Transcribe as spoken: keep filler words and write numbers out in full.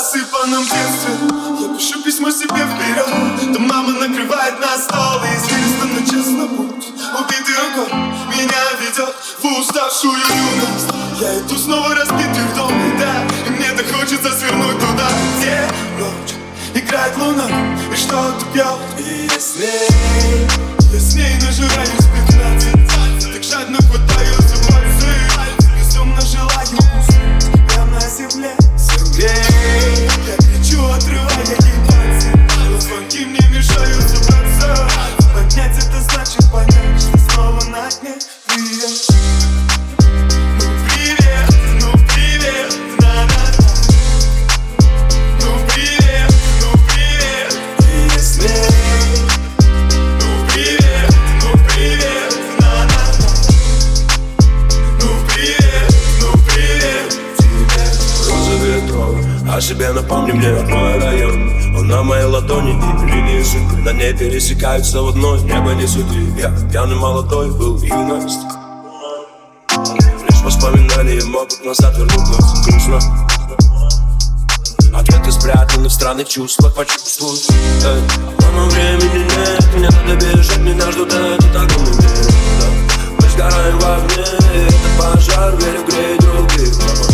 засыпанном детстве я пишу письмо себе вперед. Там мама накрывает на стол и известно, честно будь убитый рукой меня ведет в уставшую юность. Я иду снова разбитый в доме, да, и мне так хочется свернуть туда, где ночь играет луна и что-то пьет. И я с ней, я с ней нажираюсь пятнадцать, так жадно хватаю за пальцы, безумно желаю уснуть прямо на земле. Сергей, я кричу, отрывая ей пальцы, но звонки мне мешают собраться. Поднять это значит понять, что снова на дне. Привет, ну привет, ну привет, на-на-на. Ну привет, ну привет, и я с ней. Ну привет, ну привет, на-на-на. Ну привет, ну привет тебе. Роза ветров, о себе напомни мне мой район. Он на моей ладони и линии судьбы на ней пересекаются в одной. Небо не суди, я пьяный молодой был юность. Лишь воспоминания могут назад вернуть нас грустно. Ответы спрятаны в странных чувствах, почувствуй. Эй, но времени нет, мне надо бежать, меня ждут этот огромный мир, да. Мы сгораем в огне, это пожар, верю, греет других.